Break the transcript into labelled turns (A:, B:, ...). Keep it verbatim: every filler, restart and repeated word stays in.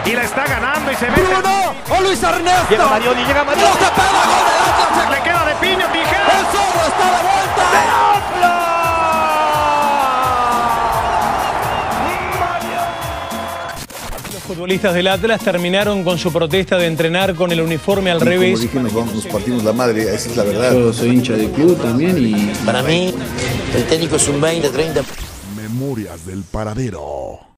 A: Y la está ganando y se mete.
B: Bruno o Luis Ernesto.
A: Llega Marioni, llega Marioni.
B: ¡No se pega! ¡Gol del Atlas!
A: Le queda de piño, tijera.
B: ¡El zorro está de vuelta!
C: Los futbolistas del Atlas terminaron con su protesta de entrenar con el uniforme al
D: y
C: revés.
D: Como dije, nos, vamos, nos partimos la madre, esa es la verdad.
E: Yo soy hincha del club también y...
F: Para mí, el técnico es un veinte, treinta.
G: Memorias del Paradero.